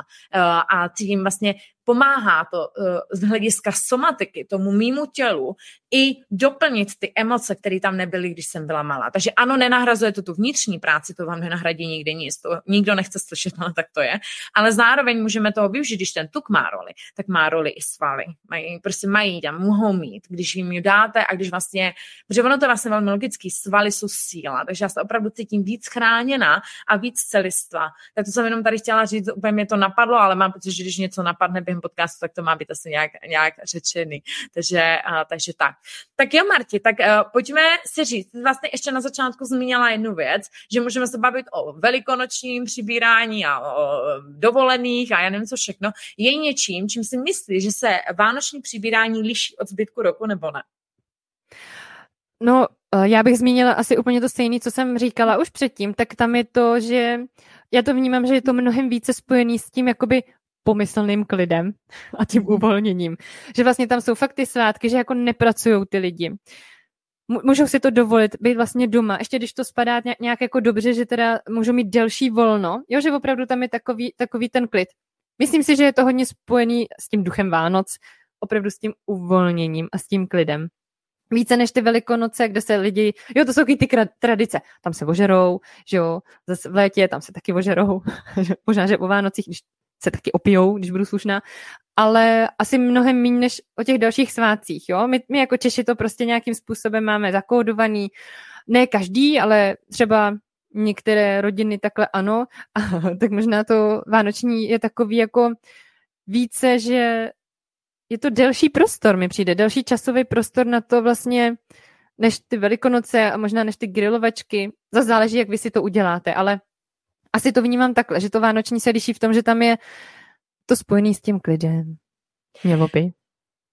a cítím vlastně, pomáhá to z hlediska somatiky tomu mýmu tělu i doplnit ty emoce, které tam nebyly, když jsem byla malá. Takže ano, nenahrazuje to tu vnitřní práci, to vám nenahradí nikdy nic, to nikdo nechce slyšet, ale tak to je. Ale zároveň můžeme toho využít, když ten tuk má roli, tak má roli i svaly. Mají tam, mohou mít, když jim ji dáte a když vlastně, protože ono to je vlastně velmi logický, svaly jsou síla, takže já se opravdu cítím víc chráněna a víc celistva. Tak to jsem jenom tady chtěla říct, úplně mě to napadlo, ale mám pocit, že když něco napadne během podcastu, tak to má být asi nějak řečený. Takže tak. Tak jo, Marti, tak pojďme si říct, vlastně ještě na začátku zmínila jednu věc, že můžeme se bavit o velikonočním přibírání a o dovolených a já nevím co všechno. Je něčím, čím si myslíš, že se vánoční přibírání liší od zbytku roku, nebo ne? No, já bych zmínila asi úplně to stejné, co jsem říkala už předtím, tak tam je to, že já to vnímám, že je to mnohem více spojený s tím jakoby pomyslným klidem a tím uvolněním. Že vlastně tam jsou fakt ty svátky, že jako nepracujou ty lidi. Můžou si to dovolit, být vlastně doma, ještě když to spadá nějak jako dobře, že teda můžou mít delší volno, jo, že opravdu tam je takový ten klid. Myslím si, že je to hodně spojený s tím duchem Vánoc, opravdu s tím uvolněním a s tím klidem. Více než ty Velikonoce, kde se lidi, jo, to jsou ty tradice, tam se ožerou, že jo, zase v létě, tam se taky ožerou, možná, že o Vánocích, když se taky opijou, když budu slušná, ale asi mnohem méně než o těch dalších svátcích, jo. My jako Češi to prostě nějakým způsobem máme zakódovaný, ne každý, ale třeba některé rodiny takhle ano, a tak možná to vánoční je takový jako více, že je to delší prostor, mi přijde, delší časový prostor na to vlastně, než ty Velikonoce a možná než ty grilovačky. Zase záleží, jak vy si to uděláte, ale asi to vnímám takhle, že to vánoční se liší v tom, že tam je to spojený s tím klidem. Mělo by.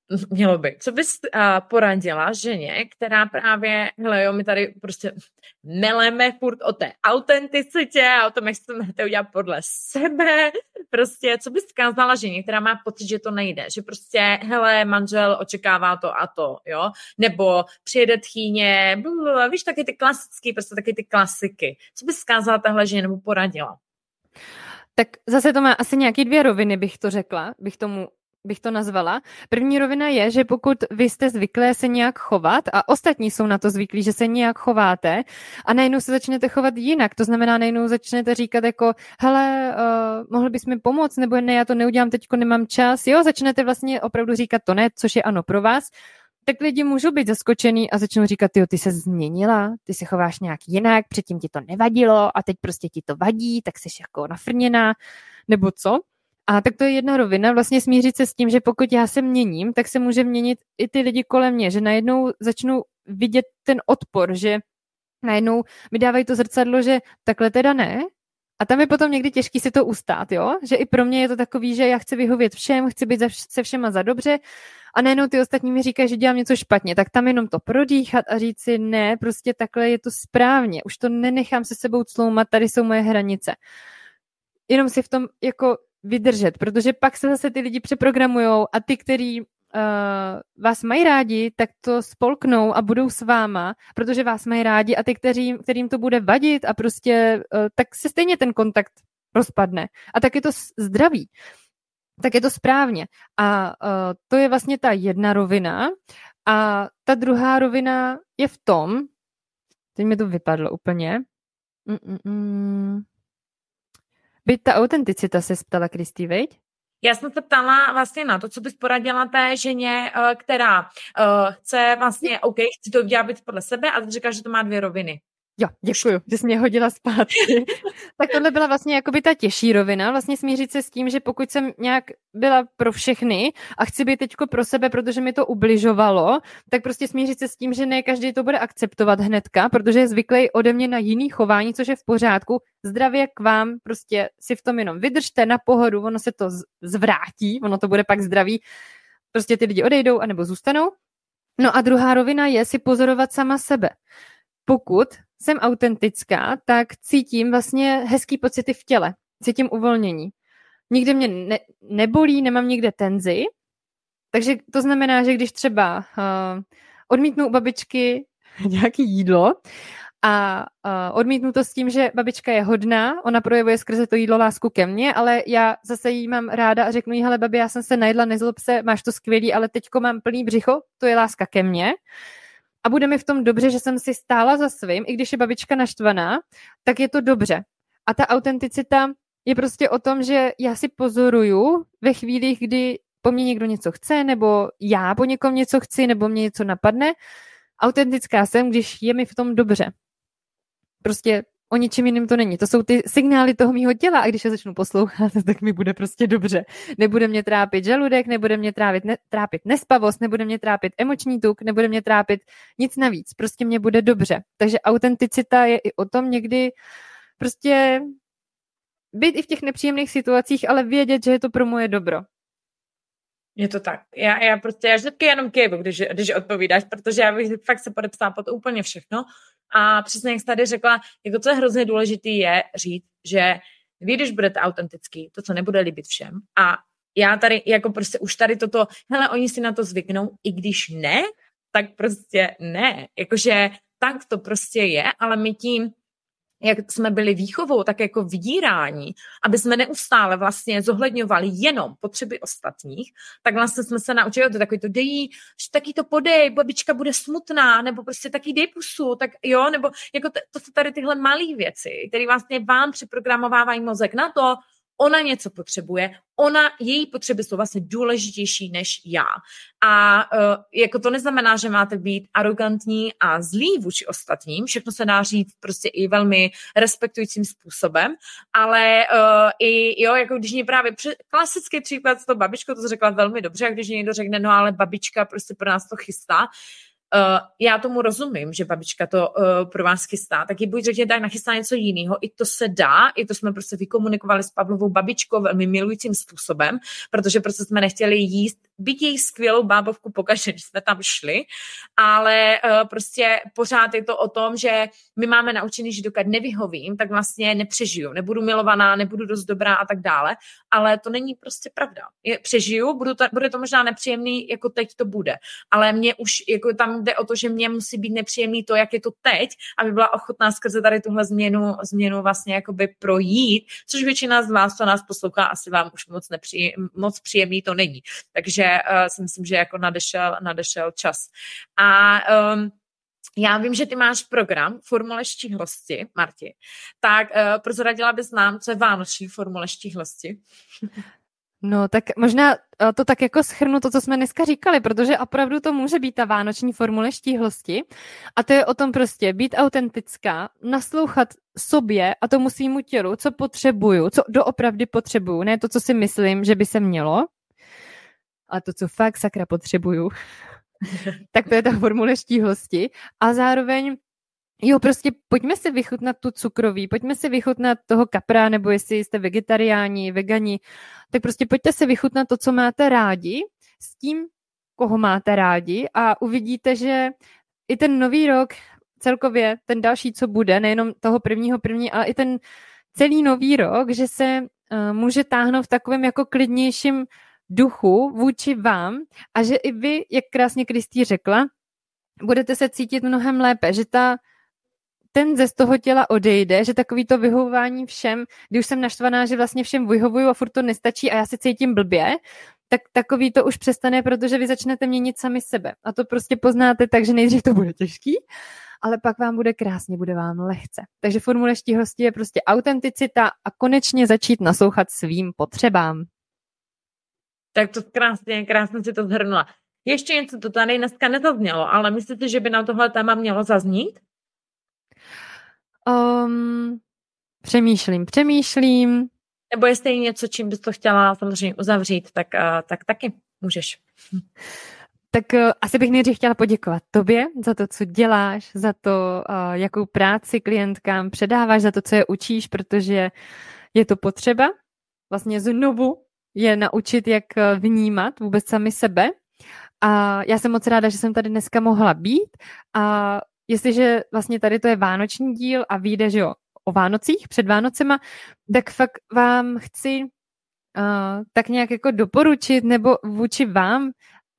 Mělo by. Co bys poradila ženě, která právě, hele jo, my tady prostě meleme furt o té autenticitě a o tom, jak se to máte udělat podle sebe. Prostě, co bys vzkázala ženě, která má pocit, že to nejde, že prostě, hele, manžel očekává to a to, jo, nebo přijede tchýně, víš, taky ty klasický, prostě taky ty klasiky. Co bys vzkázala tahle ženě nebo poradila? Tak zase to má asi nějaký 2 roviny, bych to řekla, bych to nazvala. První rovina je, že pokud vy jste zvyklé se nějak chovat a ostatní jsou na to zvyklí, že se nějak chováte a najednou se začnete chovat jinak, to znamená najednou začnete říkat jako hele, mohl bys mi pomoct, nebo ne, já to neudělám, teďko nemám čas, jo, začnete vlastně opravdu říkat to ne, což je ano pro vás, tak lidi můžou být zaskočený a začnou říkat, jo, ty se změnila, ty se chováš nějak jinak, předtím ti to nevadilo a teď prostě ti to vadí, tak jsi jako nafrněná, nebo co? A tak to je jedna rovina, vlastně smířit se s tím, že pokud já se měním, tak se může měnit i ty lidi kolem mě, že najednou začnou vidět ten odpor, že najednou mi dávají to zrcadlo, že takhle teda ne. A tam je potom někdy těžký si to ustát, jo? Že i pro mě je to takový, že já chci vyhovět všem, chci být se všema za dobře a najednou ty ostatní mi říkají, že dělám něco špatně, tak tam jenom to prodýchat a říct si ne, prostě takhle je to správně, už to nenechám se sebou cloumat, tady jsou moje hranice. Jenom si v tom jako vydržet, protože pak se zase ty lidi přeprogramujou a ty, který vás mají rádi, tak to spolknou a budou s váma, protože vás mají rádi a ty, kterým to bude vadit a prostě tak se stejně ten kontakt rozpadne. A tak je to zdraví. Tak je to správně. A to je vlastně ta jedna rovina a ta druhá rovina je v tom, teď mi to vypadlo úplně, Byť ta autenticita se ptala Kristý, veď? Já jsem se ptala vlastně na to, co bys poradila té ženě, která chce vlastně, OK, chci to udělat být podle sebe, ale říká, že to má 2 roviny. Jo, děkuju, že jsi mě hodila zpátky. Tak tohle byla vlastně jakoby ta těžší rovina, vlastně smířit se s tím, že pokud jsem nějak byla pro všechny a chci být teďko pro sebe, protože mi to ubližovalo, tak prostě smířit se s tím, že ne každý to bude akceptovat hnedka, protože je zvyklý ode mě na jiný chování, což je v pořádku. Zdravě k vám, prostě si v tom jenom vydržte na pohodu, ono se to zvrátí, ono to bude pak zdraví, prostě ty lidi odejdou anebo zůstanou. No a druhá rovina je si pozorovat sama sebe. Pokud jsem autentická, tak cítím vlastně hezký pocity v těle. Cítím uvolnění. Nikde mě nebolí, nemám nikde tenzi. Takže to znamená, že když třeba odmítnu u babičky nějaké jídlo a odmítnu to s tím, že babička je hodná, ona projevuje skrze to jídlo lásku ke mně, ale já zase jí mám ráda a řeknu jí, hele babi, já jsem se najedla, nezlob se, máš to skvělý, ale teďko mám plný břicho, to je láska ke mně. A bude mi v tom dobře, že jsem si stála za svým, i když je babička naštvaná, tak je to dobře. A ta autenticita je prostě o tom, že já si pozoruju ve chvílích, kdy po mně někdo něco chce, nebo já po někom něco chci, nebo mě něco napadne. Autentická jsem, když je mi v tom dobře. Prostě o ničem jiným to není. To jsou ty signály toho mýho těla a když je začnu poslouchat, tak mi bude prostě dobře. Nebude mě trápit žaludek, nebude mě trápit nespavost, nebude mě trápit emoční tuk, nebude mě trápit nic navíc. Prostě mě bude dobře. Takže autenticita je i o tom někdy prostě být i v těch nepříjemných situacích, ale vědět, že je to pro moje dobro. Je to tak. Já vždycky jenom kývu, když odpovídáš, protože já bych fakt se podepsala pod úplně všechno. A přesně jak jsi tady řekla, jako co je hrozně důležité je říct, že vy, když budete autentický, to, co nebude líbit všem. A já tady, jako prostě už tady toto, hele, oni si na to zvyknou, i když ne, tak prostě ne. Jakože tak to prostě je, ale my tím, jak jsme byli výchovou, tak jako vydírání, aby jsme neustále vlastně zohledňovali jenom potřeby ostatních, tak vlastně jsme se naučili, to takový to dej, taky to podej, babička bude smutná, nebo prostě taky dej pusu, tak jo, nebo jako to jsou tady tyhle malé věci, které vlastně vám připrogramovávají mozek na to, ona něco potřebuje, její potřeby jsou vlastně důležitější než já. A jako to neznamená, že máte být arrogantní a zlí vůči ostatním, všechno se dá říct prostě i velmi respektujícím způsobem, ale i jo, jako když mě právě klasický příklad s tou babičkou, to řekla velmi dobře, a když někdo řekne, no ale babička prostě pro nás to chystá, já tomu rozumím, že babička to pro vás chystá, tak ji buď řekně tak nachystá něco jiného, i to se dá, i to jsme prostě vykomunikovali s Pavlovou babičkou velmi milujícím způsobem, protože prostě jsme nechtěli jíst byť její skvělou bábovku pokaždé, když jsme tam šli, ale prostě pořád je to o tom, že my máme naučený, že dokud nevyhovím, tak vlastně nepřežiju, nebudu milovaná, nebudu dost dobrá a tak dále, ale to není prostě pravda. Přežiju, bude to možná nepříjemný, jako teď to bude, ale mě už jako tam jde o to, že mě musí být nepříjemný to, jak je to teď, aby byla ochotná skrze tady tuhle změnu vlastně jakoby projít, což většina z vás, co nás poslouchá, asi vám už moc příjemný to není. Takže si myslím, že jako nadešel čas. A já vím, že ty máš program Formule štíhlosti, Marti, tak prozradila bys nám, co je vánoční Formule štíhlosti? No, tak možná to tak jako shrnu to, co jsme dneska říkali, protože opravdu to může být ta vánoční formule štíhlosti a to je o tom prostě být autentická, naslouchat sobě a tomu svýmu tělu, co potřebuju, co doopravdy potřebuju, ne to, co si myslím, že by se mělo, a to, co fakt sakra potřebuju. Tak to je ta formule štíhlosti a zároveň jo, prostě pojďme si vychutnat tu cukroví, pojďme si vychutnat toho kapra, nebo jestli jste vegetariáni, vegani, tak prostě pojďte si vychutnat to, co máte rádi, s tím, koho máte rádi a uvidíte, že i ten nový rok, celkově ten další, co bude, nejenom toho první, ale i ten celý nový rok, že se může táhnout v takovém jako klidnějším duchu vůči vám a že i vy, jak krásně Kristý řekla, budete se cítit mnohem lépe, že ten ze z toho těla odejde, že takový to vyhovování všem, když už jsem naštvaná, že vlastně všem vyhovuju a furt to nestačí a já se cítím blbě, tak takový to už přestane, protože vy začnete měnit sami sebe. A to prostě poznáte tak, že nejdřív to bude těžký, ale pak vám bude krásně, bude vám lehce. Takže formule štíhlosti je prostě autenticita a konečně začít naslouchat svým potřebám. Tak to krásně si to zhrnula. Ještě něco to tady dneska nezaznělo, ale myslíte, že by nám tohle téma mělo zaznít? Přemýšlím. Nebo jestli něco, čím bys to chtěla samozřejmě uzavřít, tak taky můžeš. Tak asi bych nejdřív chtěla poděkovat tobě za to, co děláš, za to, jakou práci klientkám předáváš, za to, co je učíš, protože je to potřeba vlastně znovu je naučit, jak vnímat vůbec sami sebe. A já jsem moc ráda, že jsem tady dneska mohla být a jestliže vlastně tady to je vánoční díl a vyjde, že jo, o Vánocích, před Vánocema, tak fakt vám chci tak nějak jako doporučit nebo vůči vám,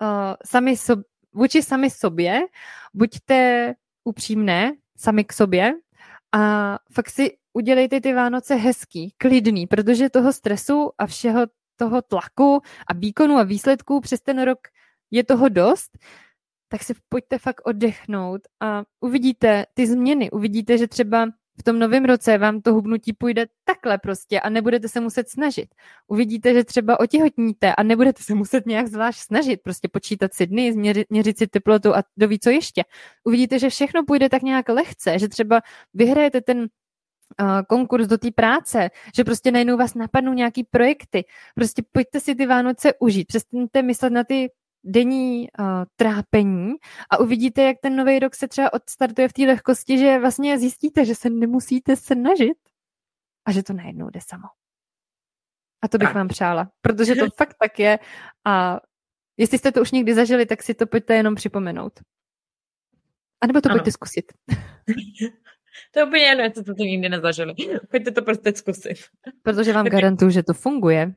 vůči sami sobě, buďte upřímné sami k sobě a fakt si udělejte ty Vánoce hezký, klidný, protože toho stresu a všeho toho tlaku a výkonu a výsledků přes ten rok je toho dost, tak si pojďte fakt oddechnout a uvidíte ty změny, uvidíte, že třeba v tom novém roce vám to hubnutí půjde takhle prostě a nebudete se muset snažit. Uvidíte, že třeba otěhotníte a nebudete se muset nějak zvlášť snažit, prostě počítat si dny, měřit si teplotu a kdo ví co ještě. Uvidíte, že všechno půjde tak nějak lehce, že třeba vyhrajete ten konkurs do té práce, že prostě najednou vás napadnou nějaký projekty. Prostě pojďte si ty Vánoce užít, přestaňte myslet na ty denní trápení a uvidíte, jak ten nový rok se třeba odstartuje v té lehkosti, že vlastně zjistíte, že se nemusíte snažit a že to najednou jde samo. A to bych vám přála, protože to fakt tak je a jestli jste to už někdy zažili, tak si to pojďte jenom připomenout. A nebo to pojďte zkusit. To je úplně jedno, jestli to nikdy nezažili. Pojďte to prostě zkusit. Protože vám garantuju, že to funguje.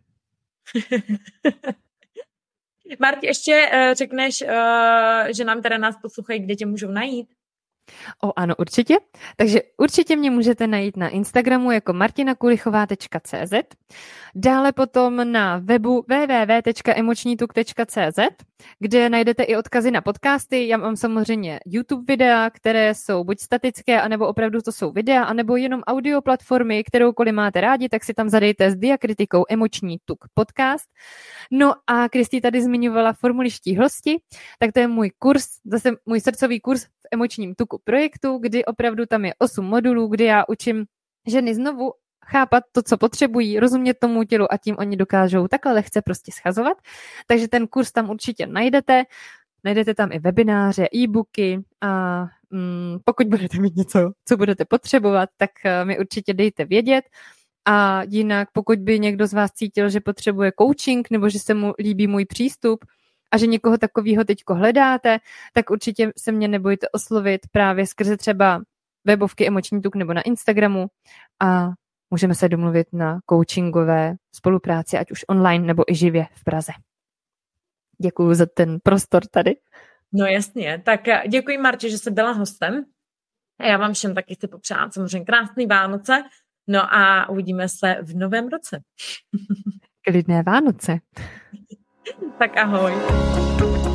Marti, ještě řekneš, že nám teda nás poslouchají, kde tě můžou najít? Ano, určitě. Takže určitě mě můžete najít na Instagramu jako martinakulichová.cz, dále potom na webu www.emočnituk.cz, kde najdete i odkazy na podcasty. Já mám samozřejmě YouTube videa, které jsou buď statické, anebo opravdu to jsou videa, anebo jenom audio platformy, kteroukoliv máte rádi, tak si tam zadejte s diakritikou Emoční tuk podcast. No a Kristý tady zmiňovala formuli štíhlosti, tak to je můj kurz, zase můj srdcový kurz v emočním tuku projektu, kdy opravdu tam je 8 modulů, kdy já učím ženy znovu chápat to, co potřebují, rozumět tomu tělu a tím oni dokážou takhle lehce prostě schazovat. Takže ten kurz tam určitě najdete. Najdete tam i webináře, e-booky a pokud budete mít něco, co budete potřebovat, tak mi určitě dejte vědět. A jinak, pokud by někdo z vás cítil, že potřebuje coaching nebo že se mu líbí můj přístup, a že někoho takového teďko hledáte, tak určitě se mě nebojte oslovit právě skrze třeba webovky Emoční tuk nebo na Instagramu a můžeme se domluvit na coachingové spolupráci, ať už online nebo i živě v Praze. Děkuju za ten prostor tady. No jasně, tak děkuji Martě, že jsi byla hostem. A já vám všem taky chci popřát samozřejmě krásný Vánoce. No a uvidíme se v novém roce. Klidné Vánoce. Tak ahoj.